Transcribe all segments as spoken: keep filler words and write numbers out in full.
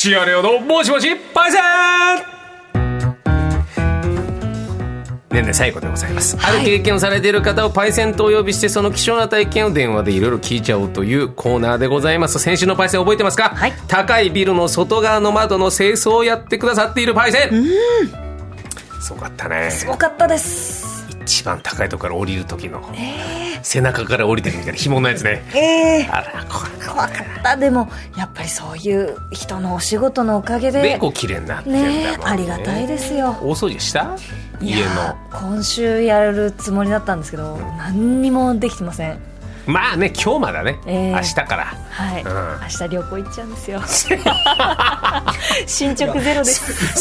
シアレオのもしもしパイセン。年内最後でございます、はい、ある経験をされている方をパイセンとお呼びして、その貴重な体験を電話でいろいろ聞いちゃおうというコーナーでございます。先週のパイセン覚えてますか、はい、高いビルの外側の窓の清掃をやってくださっているパイセン。うん、すごかったね。 すごかったです。 一番高いところから降りる時の、えー、背中から降りてるみたいな紐のやつね、 えー、 あら怖かったね。 怖かった。でもやっぱりそういう人のお仕事のおかげででこう綺麗になってんだもん ね, ねありがたいですよ。 大掃除した家の。 今週やるつもりだったんですけど、うん、何にもできてません。 まあね、今日まだね、えー、明日から、 はい、うん、明日旅行行っちゃうんですよ進捗ゼロです。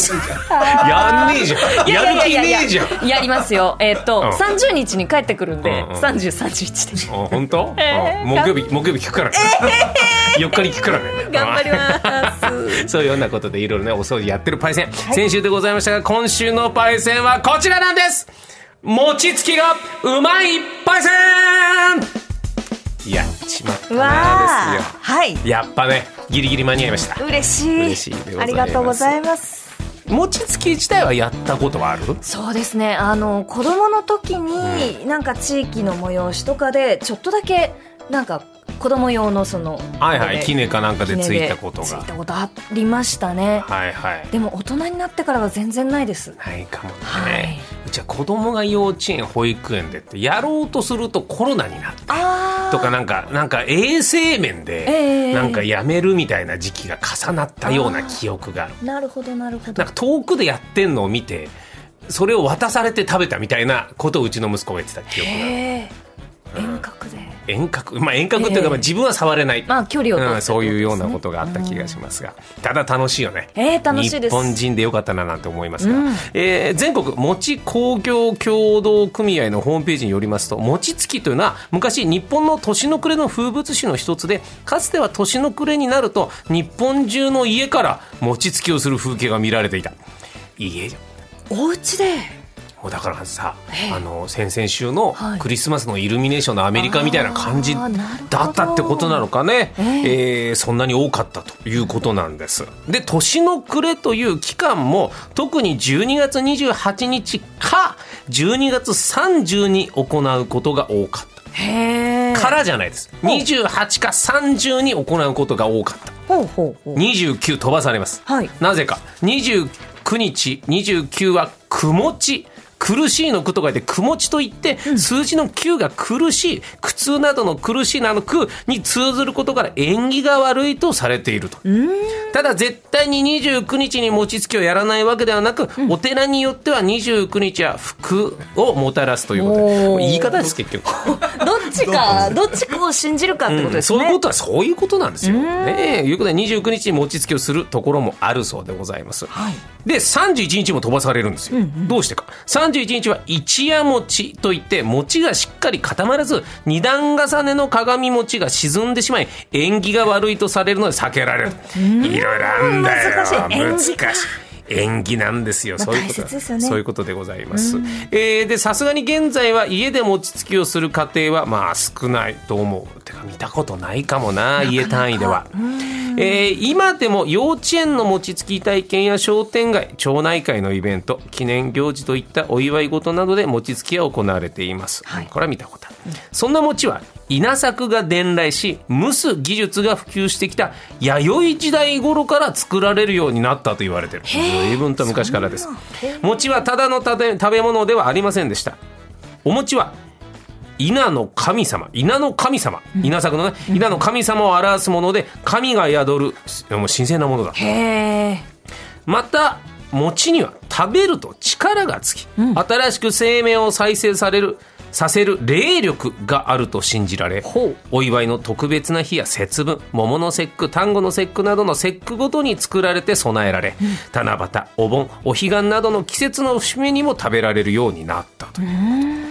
やんねえじゃん。やる気ねえじゃん。 やりますよ。えー、っと、うん、さんじゅうにちに帰ってくるんで、うんうん、さんじゅう、さんじゅういちで。 本当、えー、木曜日木曜日聞くからね、えー、よっかに聞くからね。 頑張りますそういうようなことでいろいろねお掃除やってるパイセン、はい、先週でございましたが、今週のパイセンはこちらなんです。餅つきがうまいパイセン。やっちまったなですよ。はい。やっぱね、ギリギリ間に合いました。 嬉しい。 嬉しいでございます。 ありがとうございます。 餅つき自体はやったことはある？ そうですね。あの子供の時に、うん、なんか地域の催しとかでちょっとだけなんか子供用のそのはいはいキネかなんかでついたことがついたことありましたね。 はいはい。 でも大人になってからは全然ないです。 ないかもね。はい、うちは子供が幼稚園保育園でってやろうとするとコロナになってとかなんかなんか衛生面でなんかやめるみたいな時期が重なったような記憶がある。 なるほどなるほど。 なんか遠くでやってんのを見てそれを渡されて食べたみたいなことをうちの息子が言ってた記憶がある。 へー。遠隔で遠隔、まあ、遠隔っていうか、まあ、自分は触れない、 まあ、距離を取って、 うん、そういうようなことがあった気がしますが、うん、ただ楽しいよね、 えー、楽しいです。 日本人でよかったななんて思いますが、 うんえー、全国餅工業協同組合のホームページによりますと、餅つきというのは昔日本の年の暮れの風物詩の一つで、かつては年の暮れになると日本中の家から餅つきをする風景が見られていた。家じゃん、 お家でだからさ、あの先々週のクリスマスのイルミネーションのアメリカみたいな感じだったってことなのかね、えーえー、そんなに多かったということなんです。で、年の暮れという期間も特にじゅうにがつにじゅうはちにちかじゅうにがつさんじゅうに行うことが多かった。 へー。 からじゃないです。にじゅうはちかさんじゅうに行うことが多かった。 ほうほうほう。 にじゅうきゅう飛ばされます、はい、なぜかにじゅうくにちにじゅうきゅうはくもち、苦しいの苦と書いてくもちといって、うん、数字のきゅうが苦しい、苦痛などの苦しいなの苦に通ずることから縁起が悪いとされていると。ただ絶対ににじゅうくにちに餅つきをやらないわけではなく、うん、お寺によってはにじゅうくにちは福をもたらすということで、言い方です結局どっちかどっちかを信じるかってことですね、 うん、そういうことはそういうことなんですよ、ね、いうことでにじゅうくにちに餅つきをするところもあるそうでございます、はい、でさんじゅういちにちも飛ばされるんですよ、うんうん、どうしてか。さんじゅういちにちは一夜餅といって、餅がしっかり固まらず二段重ねの鏡餅が沈んでしまい縁起が悪いとされるので避けられる。いろいろあるんだよ。難しい。難しい縁起なんですよ。そういうこと、ね、そういうことでございます。えー、でさすがに現在は家で餅つきをする家庭はまあ少ないと思う。てか見たことないかもな、家単位では。えー、今でも幼稚園の餅つき体験や商店街、町内会のイベント、記念行事といったお祝い事などで餅つきが行われています、はい、これは見たことある、うん、そんな餅は稲作が伝来し蒸す技術が普及してきた弥生時代頃から作られるようになったと言われている。随分と昔からです。餅はただの食べ、食べ物ではありませんでした。お餅は稲の神様、稲の神様、稲作のね、うん、稲の神様を表すもので、神が宿るもう神聖なものだ。へー。また餅には食べると力がつき、うん、新しく生命を再生されるさせる霊力があると信じられ、お祝いの特別な日や節分、桃の節句、端午の節句などの節句ごとに作られて備えられ、うん、七夕、お盆、お彼岸などの季節の節目にも食べられるようになったという、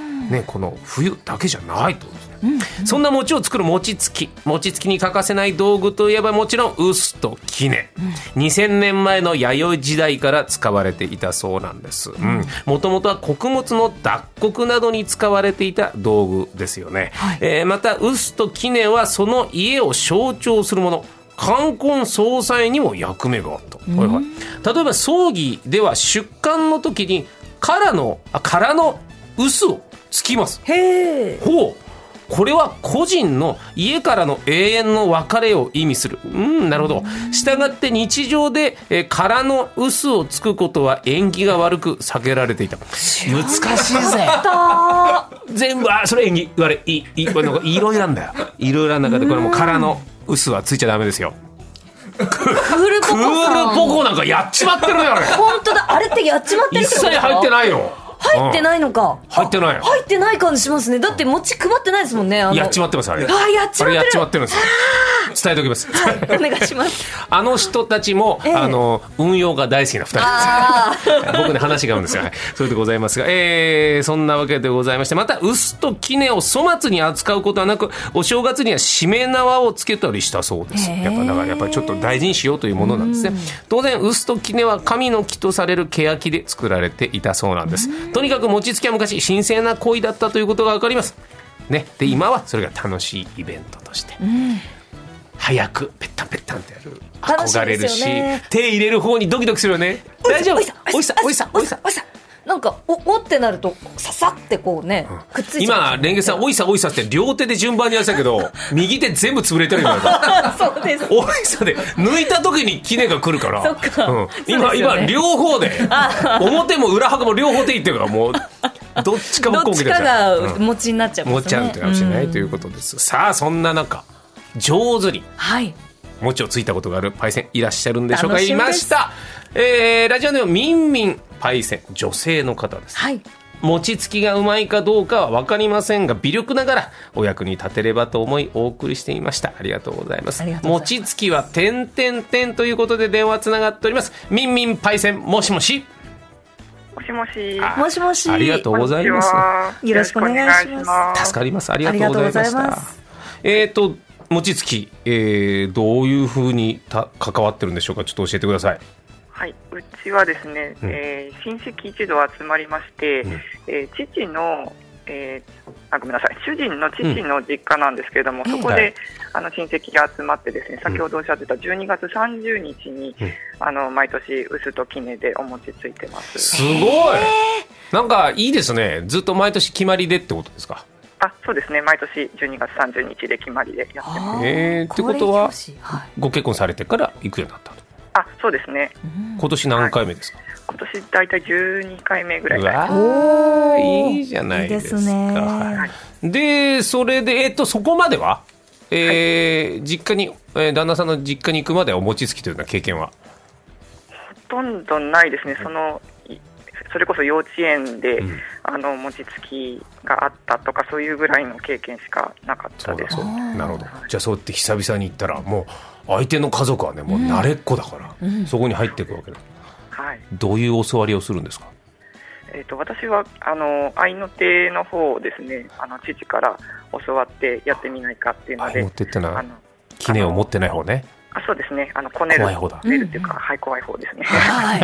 ね、この冬だけじゃないと、うんうん、そんな餅を作る餅つき、餅つきに欠かせない道具といえばもちろん臼と杵、うん、にせんねんまえの弥生時代から使われていたそうなんです。もともとは穀物の脱穀などに使われていた道具ですよね、はい。えー、また臼と杵はその家を象徴するもの、 冠婚葬祭にも役目があった、はいはい、例えば葬儀では出棺の時に殻のあ殻の臼をつきます。 へー。 ほう、これは個人の家からの永遠の別れを意味する。うん、なるほど。したがって日常で、えー、殻の臼をつくことは縁起が悪く避けられていた。難しいぜ。全部あそれ縁起悪い。いいいなんかいろいろなんだよ。いろいろな中でこれも殻の臼はついちゃダメですよ。 クールポコさん。クールポコなんかやっちまってるねあれ。 本当だ、あれってやっちまってるってことですか？ 一切入ってないよ。 入ってないのか、 うん、入ってないよ。 入ってない感じしますね。だって餅配ってないですもんね。あのやっちまってますあれ。 あやっちまってる。 あれやっちまってるんですよ。伝えておきます、 はい、お願いします。 あの人たちも、ええ、あの運用が大好きなふたりです僕ね話が合うんですよ、はい、それでございますが、えー、そんなわけでございまして、また臼と杵を粗末に扱うことはなく、お正月にはしめ縄をつけたりしたそうです。やっぱだからやっぱりちょっと大事にしようというものなんですね。当然臼と杵は神の木とされる欅で作られていたそうなんです。とにかく餅つきは昔神聖な行為だったということが分かりますね。で今はそれが楽しいイベントとして、うん早くペッタンペッタンってやる憧れる し, し、ね、手入れる方にドキドキするよね。大丈夫。おいさおいさおいさおいさなんか お, おってなるとささってこうね、うん、くっついちゃう。 今レンゲさんおいさおいさって両手で順番にやってたけど右手全部潰れてるよそうです。 おいさで抜いた時に杵が来るからそっか、 うん、今、ね、今両方で表も裏箱も両方手いってるからもうどっちかもどっちかが餅になっちゃう、 ね、うん、持っちゃうかもしれないということです、うん、さあそんな中上手に餅をついたことがあるパイセンいらっしゃるんでしょうか。いました、えー、ラジオネームみんみんパイセン、女性の方です、はい、餅つきがうまいかどうかは分かりませんが微力ながらお役に立てればと思いお送りしていました。ありがとうございます。餅つきは点々点ということで電話つながっております。みんみんパイセン、もしもしもしもし。 もしもし。 ありがとうございます。 よろしくお願いします。 助かります。ありがとうございました。えっと餅つき、えー、どういうふうにた関わってるんでしょうか。ちょっと教えてください。 はい、うちはですね、うんえー、親戚一同集まりまして、うんえー、父の、えー、あごめんなさい主人の父の実家なんですけれども、うん、そこで、はい、あの親戚が集まってですね、先ほどおっしゃってたじゅうにがつさんじゅうにちに、うん、あの毎年臼と杵でお餅ついてます。 すごいなんかいいですね。ずっと毎年決まりでってことですか。 あそうですね、毎年じゅうにがつさんじゅうにちで決まりでやってます。 えー、ってことは、はい、ご結婚されてから行くようになったと。 あそうですね。 今年何回目ですか。はい、 今年だいたいじゅうにかいめぐらい。 わーいいじゃないですか。いいですね。はい、でそれで、えー、とそこまでは、えーはい、実家に、えー、旦那さんの実家に行くまではお餅つきというような経験はほとんどないですね。そのそれこそ幼稚園で、うん、あの餅つきがあったとかそういうぐらいの経験しかなかったです。 そうだそうだ。なるほど。じゃあそうやって久々に行ったらもう相手の家族はねもう慣れっこだから、うん、そこに入っていくわけだ、はい、どういう教わりをするんですか。 えーと、私はあの愛の手の方をですね、あの父から教わってやってみないかっていうので。愛の手ってのは杵を持ってない方ね。 あそうですね、あのこねる怖い方だ。 こねるっていうか、うん、はい怖い方ですね。 はい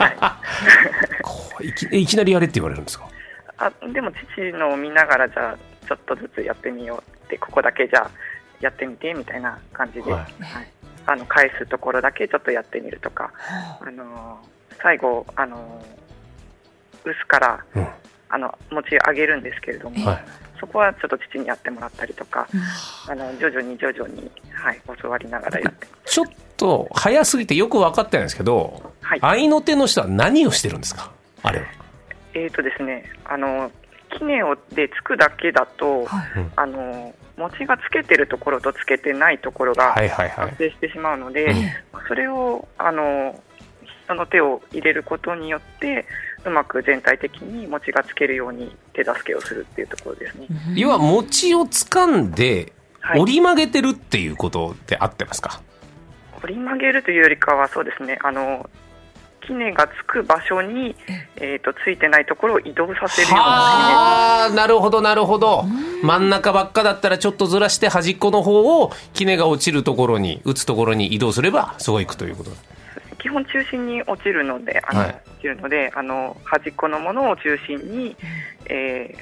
はい、い, きいきなりやれって言われるんですか。 あでも父のを見ながらじゃあちょっとずつやってみようって、ここだけじゃあやってみてみたいな感じで、はいはい、あの返すところだけちょっとやってみるとか、あの最後あの臼から、うん、あの餅あげるんですけれども、はい、そこはちょっと父にやってもらったりとか、うん、あの徐々に徐々に、はい、教わりながらやってます。 ちょっと早すぎてよく分かってないんですけど、はい、愛の手の人は何をしてるんですか。あれはえーとですね、あの杵をでつくだけだと、はい、あの餅がつけてるところとつけてないところが発生してしまうので、はいはいはい、それをあの人の手を入れることによってうまく全体的に餅がつけるように手助けをするっていうところですね。 要は餅を掴んで折り曲げてるっていうことで合ってますか。 折り曲げるというよりかはそうですね、あの杵がつく場所に、えー、とついてないところを移動させるような。 あなるほどなるほど。真ん中ばっかだったらちょっとずらして端っこの方を杵が落ちるところに打つところに移動すればそういくということだ。 基本中心に落ちるので、あの、はい、落ちるのであの端っこのものを中心に、えー、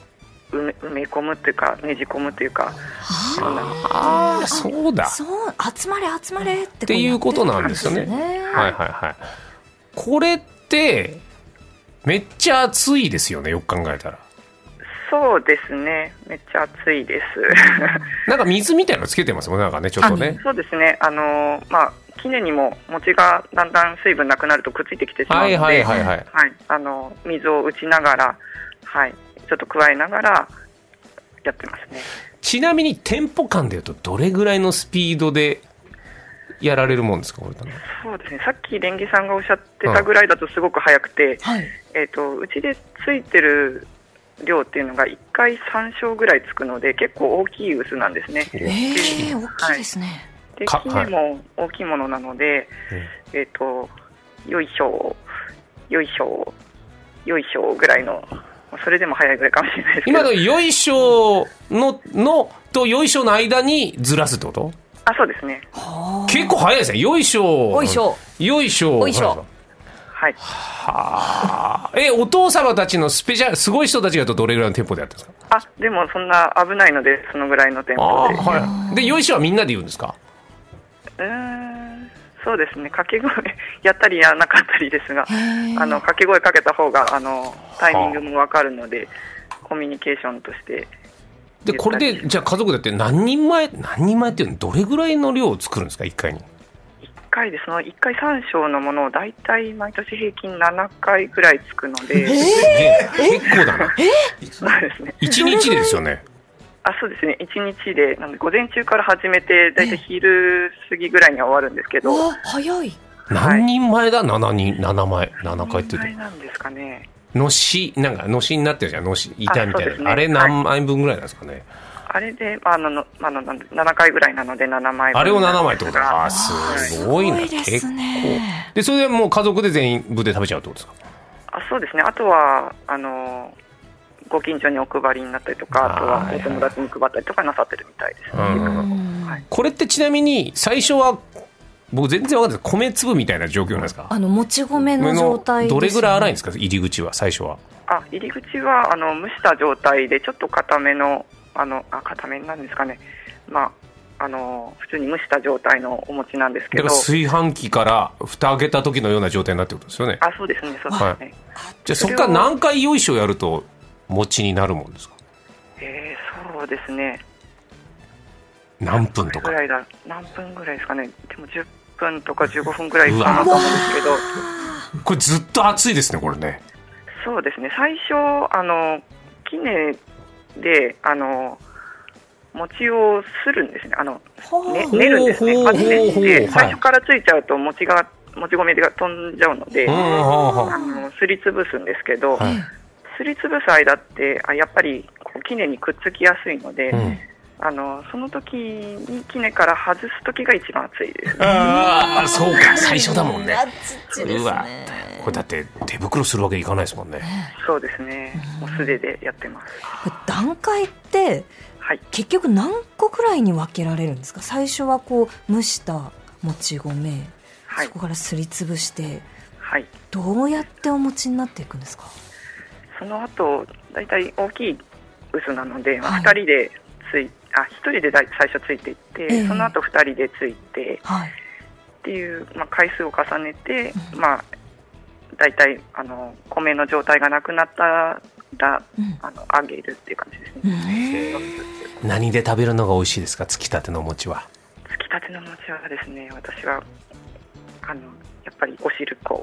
埋め、埋め込むというかねじ込むというか、 ああそうだ、 そう集まれ集まれってっていうことなんですよね。はいはいはい。これってめっちゃ暑いですよね、よく考えたら。 そうですね、めっちゃ暑いですなんか水みたいなのつけてますもんなんかね、ちょっとね。 そうですね、あのまあ杵にも餅がだんだん水分なくなるとくっついてきてしまうので、 はいはいはいはい、 はい、あの水を打ちながら、はい、ちょっと加えながらやってますね。 ちなみにテンポ感でいうとどれぐらいのスピードでやられるもんですか、これ。 そうですね、さっきレンゲさんがおっしゃってたぐらいだとすごく速くて、 はい、 えーと、うちでついてる量っていうのがいっかいさん升ぐらいつくので結構大きい臼なんですね。 えー、大きいですね。 で杵も大きいものなので、はい、えーとよいしょよいしょよいしょぐらいの、それでも早いぐらいかもしれないですけど、 今のよいしょののとよいしょの間にずらすってこと？ あ、そうですね。 結構早いですね。よいしょよいしょよいしょよいしょ。 はい。 はあ。え、お父様たちのスペシャルすごい人たちだとどれぐらいのテンポでやってるんですか？ あ、でもそんな危ないのでそのぐらいのテンポで。 あ、はい。でよいしょはみんなで言うんですか？ うーん、そうですね、掛け声やったりやらなかったりですが、あの掛け声かけた方があのタイミングも分かるので、コミュニケーションとしてで、これでじゃあ家族でやって何人前何人前っていうのどれぐらいの量を作るんですか、いっかいに？ いっかいでそのいっかいさん升のものをだいたい毎年平均ななかいぐらいつくので、 えー、結構だな。 そうですね、 いちにちでですよね。 あ、そうですね、いちにちでなので午前中から始めてだいたい昼過ぎぐらいには終わるんですけど。 わ、早い。 何人前だ？ななにん、ななまい、ななかいって言うと。 何人前なんですかね。 のし、なんかのしになってるじゃん、のし板みたいな。あ,、ね、あれ何枚分ぐらいなんですかね。 はい、あれであののあのななかいぐらいなのでななまい分。 あれをななまいってことか。あ、すごいな、はい、結構。でそれでもう家族で全員分で食べちゃうってことですか？ あ、そうですね。あとはあのご近所にお配りになったりとか、あとはお友達に配ったりとかなさってるみたいです、ね。はい、 これってちなみに最初は僕全然わかんないです。米粒みたいな状況なんですか？ あのもち米の状態です、ね、 どれぐらい粗いんですか、入り口は最初は？ あ、入り口はあの蒸した状態でちょっと固めのあのあ固めなんですかね。まああの普通に蒸した状態のお餅なんですけど。 だから炊飯器から蓋開けた時のような状態になってることですよね。 あ、そうですね、そうですね。はい、 じゃあそこから何回よいしょやると餅になるもんですか？ えー、そうですね。 何分とか？ ぐらいだ何分ぐらいですかね。でもじゅっぷんとかじゅうごふんぐらいかなと思うんですけど。 これずっと熱いですね、これね。 そうですね。最初あの杵であの餅をするんですね。あの、ね、練るんですね。まず練って最初からついちゃうと餅がもち米が飛んじゃうので、あのすりつぶすんですけど、はい、すりつぶす間ってあやっぱりこう杵にくっつきやすいので、うん、あのその時に杵から外す時が一番熱いです、ね。 ああ、そうか、最初だもんね。 熱いですね。うわ、 これだって手袋するわけいかないですもんね。 そうですね。もう素手でやってます。 段階ってはい、結局何個くらいに分けられるんですか？最初はこう蒸したもち米、はい、そこからすりつぶして、はい、どうやってお餅になっていくんですか？ その後だいたい大きい臼なので、はい、ふたりでついあひとりでだい最初ついていって、えー、その後ふたりでついて、はい、っていう、まあ、回数を重ねて、うん、まあだいたいあの米の状態がなくなったら、うん、あの揚げるっていう感じですね。 うん、何で食べるのが美味しいですか？つきたての餅は。 つきたての餅はですね、私はあのやっぱりお汁粉。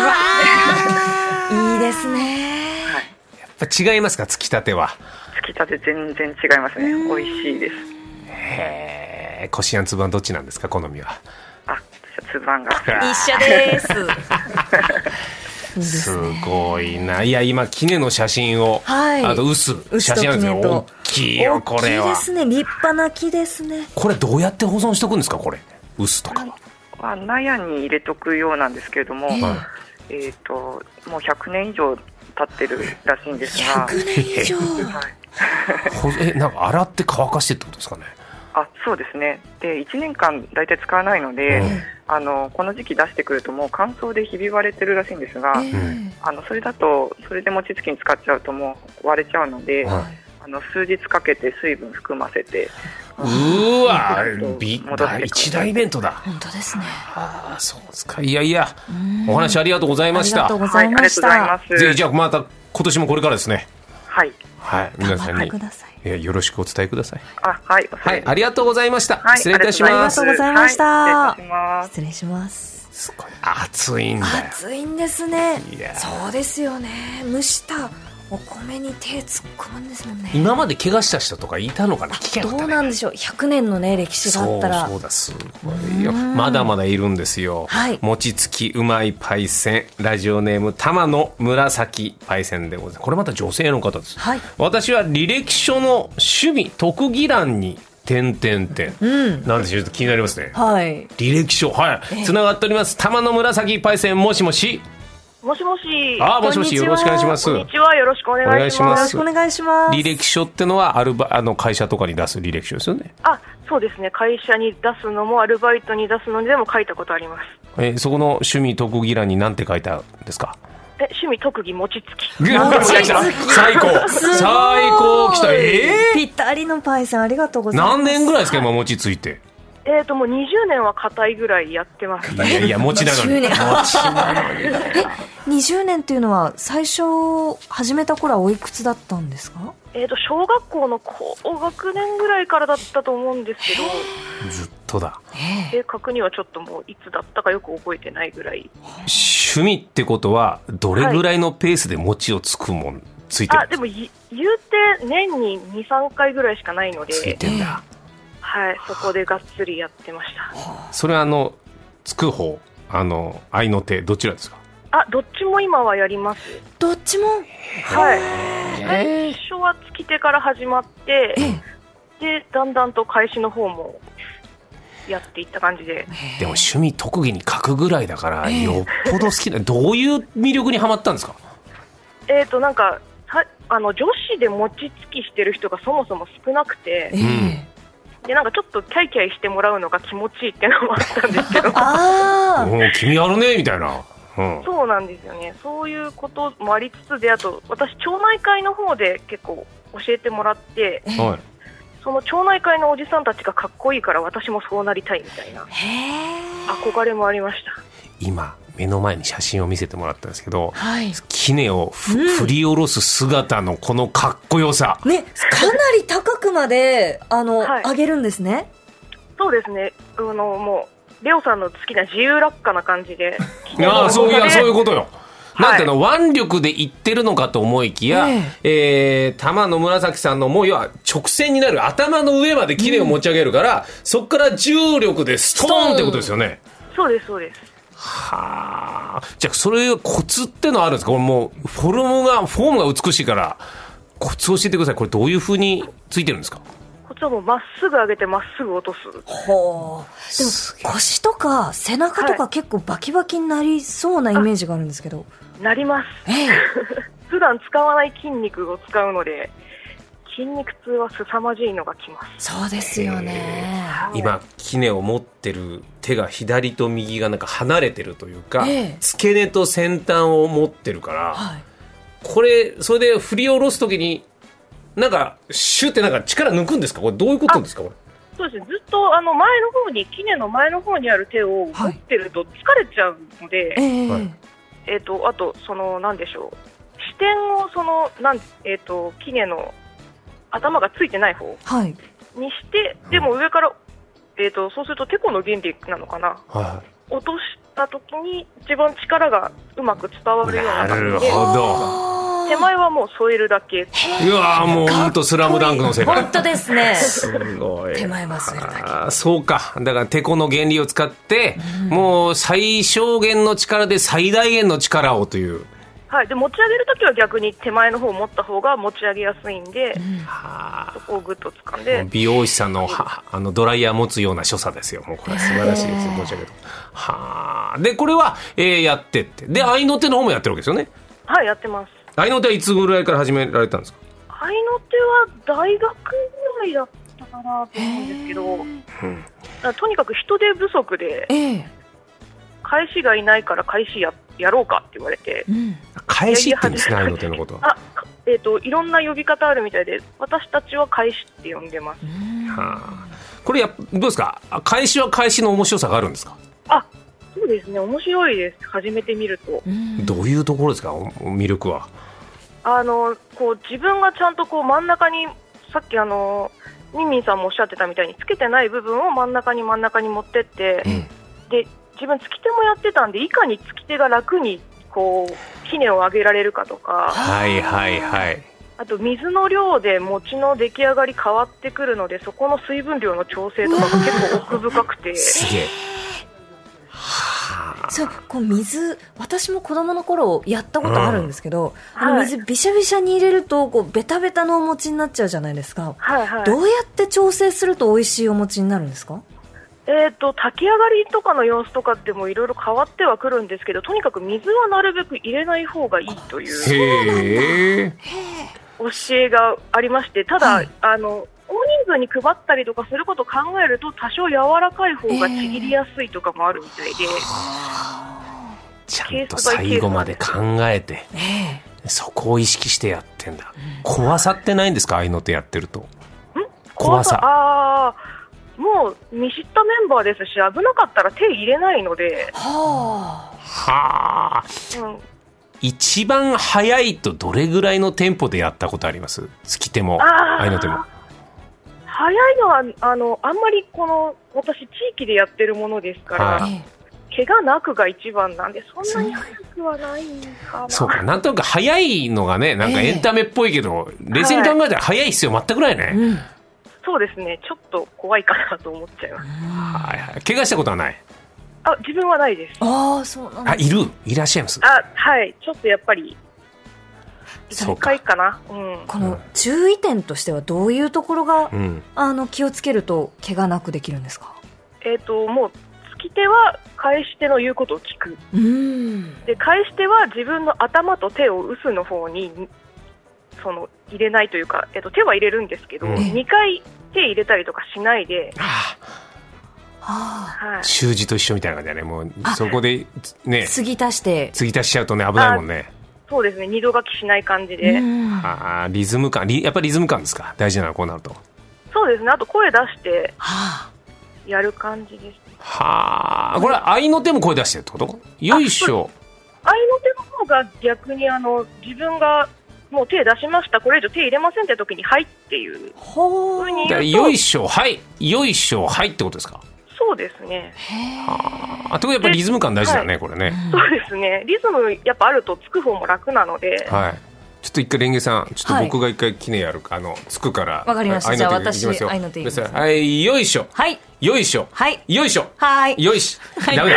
いいですね。 はい。 やっぱ違いますか？つきたては。 つきたて全然違いますね。美味しいです。 へえ。こしあんつぶあんどっちなんですか？好みは。 あ、私はつぶあんが。 一緒です。 すごいな。いや今杵の写真を、はい、あと臼写真なんですよ。大きいよこれは。 大きいですね。立派な木ですね。 これどうやって保存しておくんですか？これ臼とかは。納屋に入れとくようなんですけれども、えーえー、ともうひゃくねん以上経ってるらしいんですが。 ひゃくねん以上。はい、 えなんか洗って乾かしてってことですかね？ あ、そうですね。でいちねんかん大体使わないので、うん、あのこの時期出してくるともう乾燥でひび割れてるらしいんですが、えー、あのそれだとそれで餅つきに使っちゃうともう割れちゃうので、はい、あの数日かけて水分含ませて、 うわび一大イベントだ。 本当ですね。 ああそうですか。いやいやお話ありがとうございました。 ありがとうございました、 はい、 ぜひじゃあまた今年もこれからですね。 はいはい、皆さんによろしくお伝えください。 あ、はい、 はい、ありがとうございました、 はい、 失礼いたします。 ありがとうございました、 はい、 失礼します。 すごい暑いんだよ。 暑いんですね。そうですよね。蒸したお米に手突っ込むんですもんね。 今まで怪我した人とかいたのかな。聞けなかったね。 どうなんでしょう。ひゃくねんのね歴史があったら。 そうそうだ、すごいよ。まだまだいるんですよ、はい、餅つきうまいパイセン、ラジオネーム玉野紫パイセンでございます。これまた女性の方です、はい、私は履歴書の趣味特技欄に点点点、うん、なんでしょう、気になりますね、はい、履歴書、はい、つながっております。玉野紫パイセン、もしもし。 もしもし。 あ、もしもし、よろしくお願いします。 こんにちは、よろしくお願いします。 よろしくお願いします。 履歴書ってのはアルバあの会社とかに出す履歴書ですよね。 あ、そうですね。会社に出すのもアルバイトに出すのでも書いたことあります。 えー、そこの趣味特技欄に何て書いたんですか。 え、趣味特技餅つき。 最高最高きた。えー、 ぴったりのパイさん、ありがとうございます。 何年ぐらいですか今餅ついて。 えーともうにじゅうねんは固いぐらいやってます。 いやいや餅なのに餅なのにえにじゅうねんっていうのは最初始めた頃はおいくつだったんですか。 えーと小学校の高学年ぐらいからだったと思うんですけど。 ずっとだ。 正確にはちょっともういつだったかよく覚えてないぐらい。 趣味ってことはどれぐらいのペースで餅をつくもん、はい、ついてるんですか。 あ、でも言うて年に にさんかいぐらいしかないので。 ついてんだ。 はい、そこでがっつりやってました。 それはあのつく方、あの愛の手どちらですか。 あ、どっちも今はやります。 どっちも。 はい。最初はつき手から始まって、でだんだんと開始の方もやっていった感じで。 でも趣味特技に書くぐらいだから、よっぽど好きな。どういう魅力にハマったんですか。 えっとなんかあの女子で餅つきしてる人がそもそも少なくて。うんでなんかちょっとキャイキャイしてもらうのが気持ちいいっていうのもあったんですけどあ君あるねみたいな、 うん、そうなんですよね。そういうこともありつつで、あと私町内会の方で結構教えてもらって、はい、その町内会のおじさんたちがかっこいいから私もそうなりたいみたいな憧れもありました。今目の前に写真を見せてもらったんですけど、はい、杵を、うん、振り下ろす姿のこのかっこよさ、 ね、かなり高くまであの、はい、上げるんですね。 そうですね。あのもうレオさんの好きな自由落下な感じでああ、そういや、そういうことよ。なんていうの、腕力でいってるのかと思いきや、えーえー、玉野紫さんのもう要は直線になる頭の上まで杵を持ち上げるから、うん、そこから重力でストーンってことですよね。 そうですそうです。 はあ、じゃあそれコツってのはあるんですか。これもうフォルムがフォームが美しいからコツを教えてください。これどういう風についてるんですか。 コツはもうまっすぐ上げてまっすぐ落とす。 ほう。でも腰とか背中とか結構バキバキになりそうなイメージがあるんですけど。 なります、ええ、普段使わない筋肉を使うので筋肉痛は凄まじいのがきます。 そうですよね。 今杵を持ってる手が左と右がなんか離れてるというか、ええ、付け根と先端を持ってるから、はい、これそれで振り下ろすときになんかシュってなんか力抜くんですか。これどういうことですか。これそうですね。ずっとあの前の方に杵の前の方にある手を持ってると疲れちゃうので、はい、はいえー、とあとそのなんでしょう、視点をそのなん、えー、と杵の頭がついてない方にして、はい、でも上から、えー、とそうするとテコの原理なのかな、はい、落とした時に一番力がうまく伝わるような感じで。なるほど。手前はもう添えるだけ。 うわもう本当スラムダンクの世界。 本当ですね。 すごい。 手前は添えるだけ。 あ、そうか。だからテコの原理を使って、うん、もう最小限の力で最大限の力をという。 はい、で持ち上げるときは逆に手前の方を持った方が持ち上げやすいんで、うん、そこをグッと掴んで。 美容師さんのはあのドライヤー持つような所作ですよ。もうこれ素晴らしいです。持ち上げる。はあ。でこれは、えー、やってってで愛の手の方もやってるわけですよね。 はい、やってます。 愛の手はいつぐらいから始められたんですか。 愛の手は大学ぐらいだったかなと思うんですけど、うん、とにかく人手不足で、えー、返しがいないから返し や, やろうかって言われて、うん、 返しって言うんですね。愛の手のことは。 あ、 えー、といろんな呼び方あるみたいで、私たちは返しって呼んでます。 はあ、これやどうですか、返しは返しの面白さがあるんですか？ あ、そうですね、面白いです。初めて見ると。 どういうところですか、魅力は。 あのこう自分がちゃんとこう真ん中に、さっきあのミンミンさんもおっしゃってたみたいにつけてない部分を真ん中に真ん中に持ってって、うん、で自分つき手もやってたんで、いかにつき手が楽にこうひねを上げられるかとか、 はいはいはい、 あと水の量で餅の出来上がり変わってくるので、そこの水分量の調整とかが結構奥深くて、 すげえ。 そうこう水、私も子供の頃やったことあるんですけど、うん、あの水びしゃびしゃに入れるとこうベタベタのお餅になっちゃうじゃないですか、 はいはい、 どうやって調整すると美味しいお餅になるんですか？ えーと、炊き上がりとかの様子とかってもいろいろ変わってはくるんですけど、とにかく水はなるべく入れない方がいいという教えがありまして、ただ、はい、あの大人数に配ったりとかすることを考えると、多少柔らかい方がちぎりやすいとかもあるみたいで、 ちゃんと最後まで考えて、そこを意識してやってんだ。怖さってないんですか、ああいうのってやってると。ん怖さ、 あもう見知ったメンバーですし、危なかったら手入れないので。 はあ、うん、一番早いとどれぐらいのテンポでやったことあります？つき手もああいうの手も。 早いのはあのあんまりこの私地域でやってるものですから、はい、怪我なくが一番なんで、そんなに早くはないかな。 そうか、なんとなく早いのがね、なんかエンタメっぽいけど、えー、冷静に考えたら早い必要全くないね、はい、うん、 そうですね、ちょっと怖いかなと思っちゃいます。 はいはい。怪我したことはない？ あ、自分はないです。 ああ、そうなんです。 あ、いるいらっしゃいます？ あ、はい、ちょっとやっぱりいっかいかな、うん、 この注意点としてはどういうところが、うん、あの気をつけると怪我なくできるんですか？ えーと、もうつき手は返し手の言うことを聞く。うん、で返し手は自分の頭と手を臼の方にその入れないというか、えーと、手は入れるんですけど、うん、にかい手入れたりとかしないで、はあはい、習字と一緒みたいな感じだね。もうそこでね、 継ぎ足して継ぎ足しちゃうとね、危ないもんね。 そうですね、二度書きしない感じで。 あ、リズム感、やっぱりリズム感ですか、大事なのこうなると。 そうですね、あと声出してやる感じです、ね。 はあ、これは合いの手も声出してるってこと？よいしょ。 合いの手の方が逆にあの自分がもう手出しました、これ以上手入れませんって時にはいっていう風に言うと、 よいしょはいよいしょはいってことですか？ そうですね。 はあ、ということはやっぱりリズム感大事だね、はい、これね。 そうですね、リズムやっぱあるとつく方も楽なので、 はい、ちょっと一回レンゲさん、ちょっと僕が一回記念やるか、はい、あのつくからわかりました。じゃあ私愛の手いきますよ。はい、よいしょ、 はい、 よいしょ、 はい、 よいしょ、 はい、 よいし、はい、ダメだ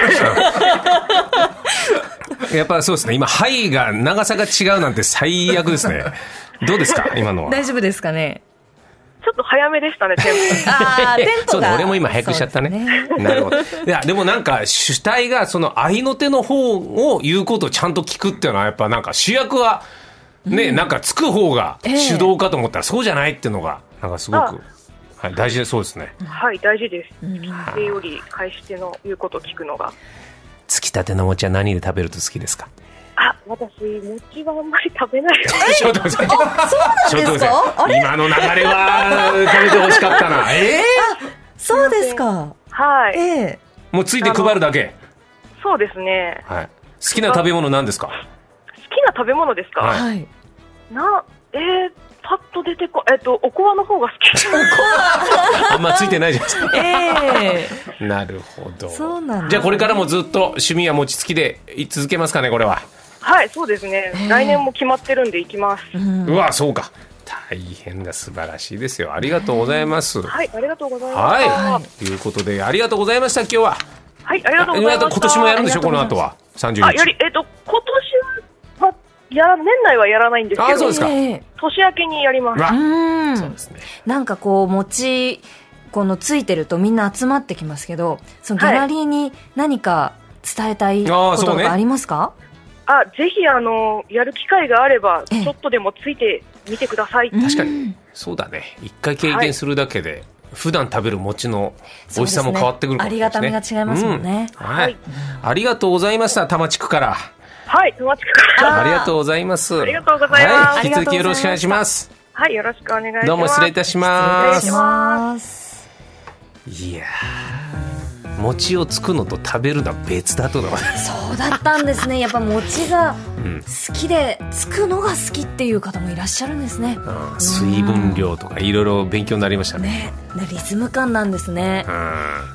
やっぱそうですね、今はいが長さが違うなんて最悪ですね。どうですか今のは？ 大丈夫ですかね？ ちょっと早めでしたね、テンポ。 あテンポがそうだ、俺も今早くしちゃったね。ね、なるほど。いやでもなんか主体がその合いの手の方を言うことをちゃんと聞くっていうのは、やっぱなんか主役はね、うん、なんかつく方が主導かと思ったら、えー、そうじゃないっていうのがなんかすごく、はい、大事で、そうですね。 はい、大事です。それより返し手の言うことを聞くのが。 つきたての餅は何で食べると好きですか？ あ、私餅はあんまり食べない。 ちょっと待って、あ、そうなんですか？あれ、今の流れは食べてほしかったな。えー、 そうですか。 はい、 えー、もうついて配るだけ。 そうですね、 はい。好きな食べ物何ですか？ 好きな食べ物ですか？ はい、 な、えーパッと出てこ、えっと、おこわの方が好き。おこわあんまついてないじゃないですか。 えー、なるほど。 そうなんだ。 じゃあこれからもずっと趣味は餅つきで続けますかね、これは。 はい、そうですね、来年も決まってるんで行きます。 うん、うわ、そうか、大変だ、素晴らしいですよ。ありがとうございます。 はい、ありがとうございます。 はい、ということでありがとうございました。今日は。 はい、ありがとうございました。 今年もやるんでしょ、この後は。さんじゅうにち。 あ、より、えっと、今年はや年内はやらないんですけど、 あ、そうですか。 年明けにやります。 うん、そうですね。なんかこう餅このついてるとみんな集まってきますけど、そのギャラリーに何か伝えたいこととかありますか？ はい、あ、ぜひあのやる機会があればちょっとでもついてみてください。 確かにそうだね。一回経験するだけで、はい、普段食べる餅の美味しさも変わってくるかもしれないですね。 ありがたみが違いますもんね。 うん、はい、はい、ありがとうございました。多摩地区から。 はい、友近から。 ありがとうございます。 ありがとうございます。 はい、引き続きよろしくお願いします。 はい、よろしくお願いします。 どうも失礼いたします。 失礼します。 いやー、餅をつくのと食べるのは別だとだ。 そうだったんですね。やっぱ餅が好きで、うん、つくのが好きっていう方もいらっしゃるんですね。 うん、水分量とかいろいろ勉強になりましたね。 ね、リズム感なんですね。うん、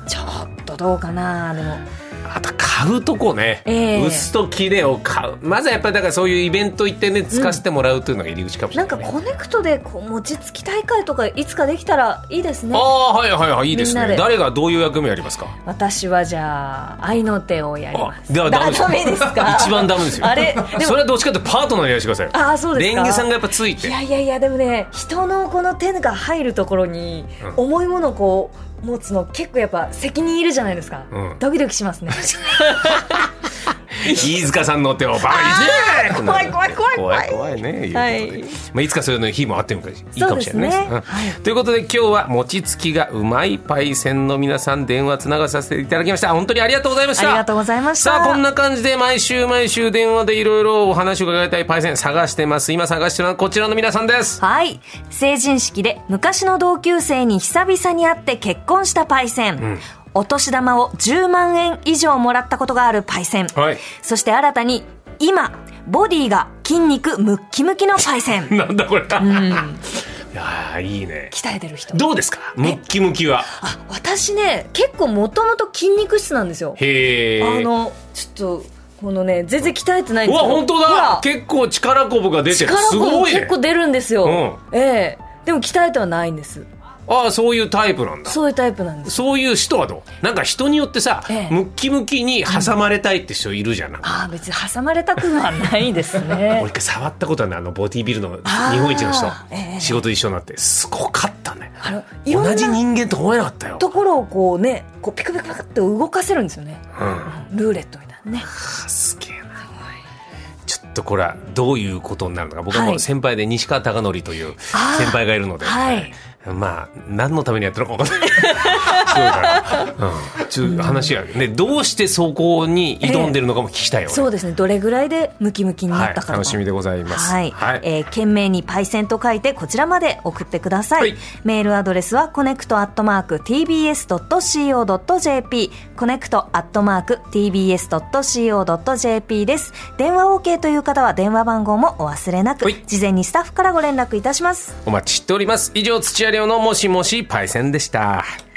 ちょっとどうかな。でもあと買うとこね、えー、薄と切れを買う。まずはやっぱりだからそういうイベント行ってね、使わせてもらうというのが入り口かもしれない、ね、 なんかコネクトでこう餅つき大会とかいつかできたらいいですね。 ああ、はいはいはい、いいですね。誰がどういう役目やりますか？ 私はじゃあ愛の手をやります。 ではダメです。 ダメですか？ 一番ダメですよ。 あれ、でもそれはどっちかというとパートナーにやらせてください。 ああ、そうですか。 レンゲさんがやっぱついて。 いやいやいや、でもね、人のこの手が入るところに重いものをこう持つの結構やっぱ責任いるじゃないですか、うん、ドキドキしますね。 飯塚さんの手をバーンって怖い怖い怖い怖い怖いね、いうことで、はい、まあ、いつかそういう日もあってもいいかもしれないですね、うん、はい、ということで今日は餅つきがうまいパイセンの皆さん電話つながさせていただきました。本当にありがとうございました。 ありがとうございました。 さあ、こんな感じで毎週毎週電話でいろいろお話を伺いたいパイセン探してます。今探してるのはこちらの皆さんです。 はい、成人式で昔の同級生に久々に会って結婚したパイセン、うん、お年玉をじゅうまんえん以上もらったことがあるパイセン、はい、そして新たに今ボディが筋肉ムッキムキのパイセン。 なんだこれ、うん、いやいいね、 鍛えてる人。 どうですかムッキムキは？ あ、私ね、結構もともと筋肉質なんですよ。 へー。 あのちょっとこのね、全然鍛えてないんですよ。 うわ、本当だ。結構力こぶが出てる。すごいね。 結構出るんですよ、うん、ええー、でも鍛えてはないんです。 ああ、そういうタイプなんだ。 そういうタイプなんです。 そういう人はどう？なんか人によってさ、ええ、ムッキムキに挟まれたいって人いるじゃん。うん、 ああ、別に挟まれたくはないですね。 俺一回触ったことはね、あのボディビルの日本一の人、ええ、仕事一緒になってすごかったね。あの同じ人間と思えなかったよ。 ところをこうね、こうピクピクピクって動かせるんですよね、うん、ルーレットみたいなね。 すげえな。ちょっとこれはどういうことになるのか。僕はもう先輩で西川貴教という先輩がいるので、はい、まあ何のためにやってるのか分かんない。すごいから、うん、ちょっと話がね、どうしてそこに挑んでるのかも聞きたいよ、 えー、そうですね。どれぐらいでムキムキになったか、はい、 楽しみでございます。 はい、はい、えー、懸命にパイセンと書いてこちらまで送ってください、はい、メールアドレスはコネクトアットマーク ティービーエスドットシーオードットジェーピー コネクトアットマーク ティービーエスドットシーオードットジェーピー です。電話 OK という方は電話番号もお忘れなく、事前にスタッフからご連絡いたします。 お待ちしております。以上、土屋亮のもしもしパイセンでした。